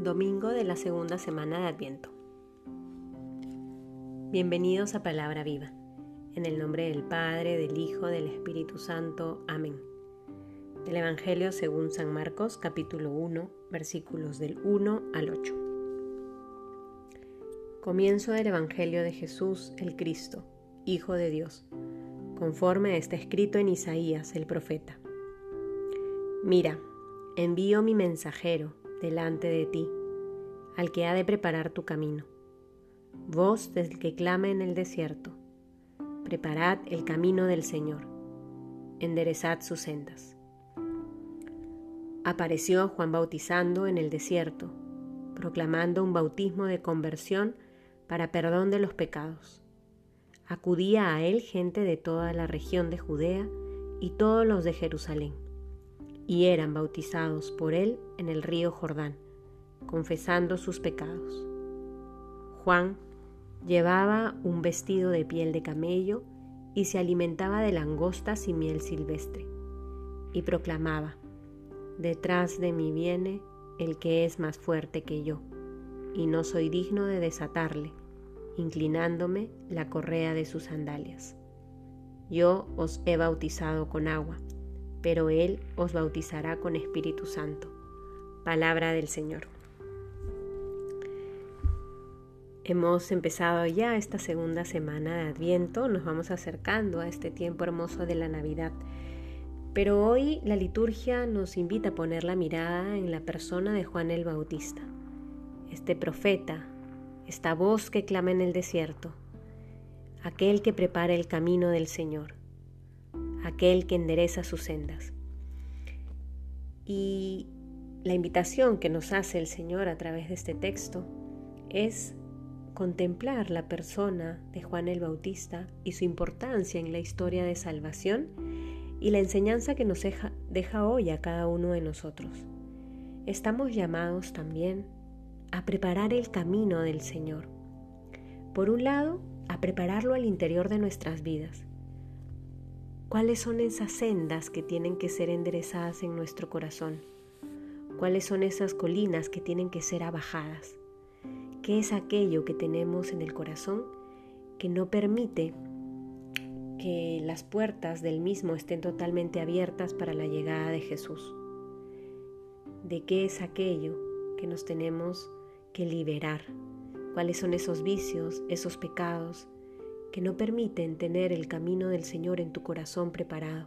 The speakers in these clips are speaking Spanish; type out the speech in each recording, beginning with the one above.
domingo de la segunda semana de Adviento. Bienvenidos a Palabra Viva, en el nombre del Padre, del Hijo, del Espíritu Santo. Amén. Del Evangelio según San Marcos, capítulo 1, versículos del 1 al 8. Comienzo del Evangelio de Jesús, el Cristo, Hijo de Dios, conforme está escrito en Isaías, el profeta. Mira, envío mi mensajero delante de ti, al que ha de preparar tu camino. Voz del que clama en el desierto, preparad el camino del Señor, enderezad sus sendas. Apareció Juan bautizando en el desierto, proclamando un bautismo de conversión para perdón de los pecados. Acudía a él gente de toda la región de Judea y todos los de Jerusalén, y eran bautizados por él en el río Jordán, confesando sus pecados. Juan llevaba un vestido de piel de camello y se alimentaba de langostas y miel silvestre, y proclamaba: detrás de mí viene el que es más fuerte que yo, y no soy digno de desatarle, inclinándome la correa de sus sandalias. Yo os he bautizado con agua, pero él os bautizará con Espíritu Santo. Palabra del Señor. Hemos empezado ya esta segunda semana de Adviento, nos vamos acercando a este tiempo hermoso de la Navidad. Pero hoy la liturgia nos invita a poner la mirada en la persona de Juan el Bautista, este profeta, esta voz que clama en el desierto, aquel que prepara el camino del Señor, aquel que endereza sus sendas. Y la invitación que nos hace el Señor a través de este texto es contemplar la persona de Juan el Bautista y su importancia en la historia de salvación y la enseñanza que nos deja hoy a cada uno de nosotros. Estamos llamados también a preparar el camino del Señor. Por un lado, a prepararlo al interior de nuestras vidas. ¿Cuáles son esas sendas que tienen que ser enderezadas en nuestro corazón? ¿Cuáles son esas colinas que tienen que ser abajadas? ¿Qué es aquello que tenemos en el corazón que no permite que las puertas del mismo estén totalmente abiertas para la llegada de Jesús? ¿De qué es aquello que nos tenemos que liberar? ¿Cuáles son esos vicios, esos pecados que no permiten tener el camino del Señor en tu corazón preparado?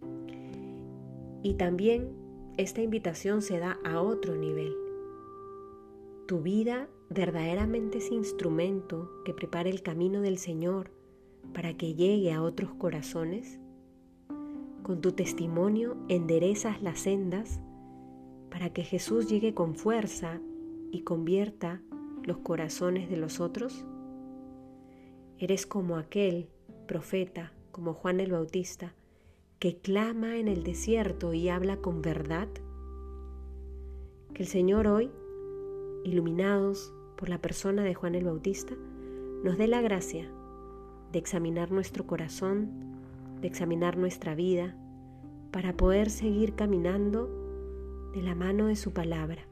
Y también esta invitación se da a otro nivel. ¿Tu vida verdaderamente es instrumento que prepara el camino del Señor para que llegue a otros corazones? ¿Con tu testimonio enderezas las sendas para que Jesús llegue con fuerza y convierta los corazones de los otros? ¿Eres como aquel profeta, como Juan el Bautista, que clama en el desierto y habla con verdad? Que el Señor hoy, iluminados por la persona de Juan el Bautista, nos dé la gracia de examinar nuestro corazón, de examinar nuestra vida, para poder seguir caminando de la mano de su palabra.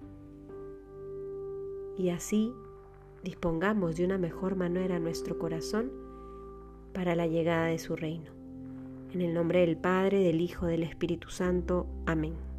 Y así dispongamos de una mejor manera nuestro corazón para la llegada de su reino. En el nombre del Padre, del Hijo, del Espíritu Santo. Amén.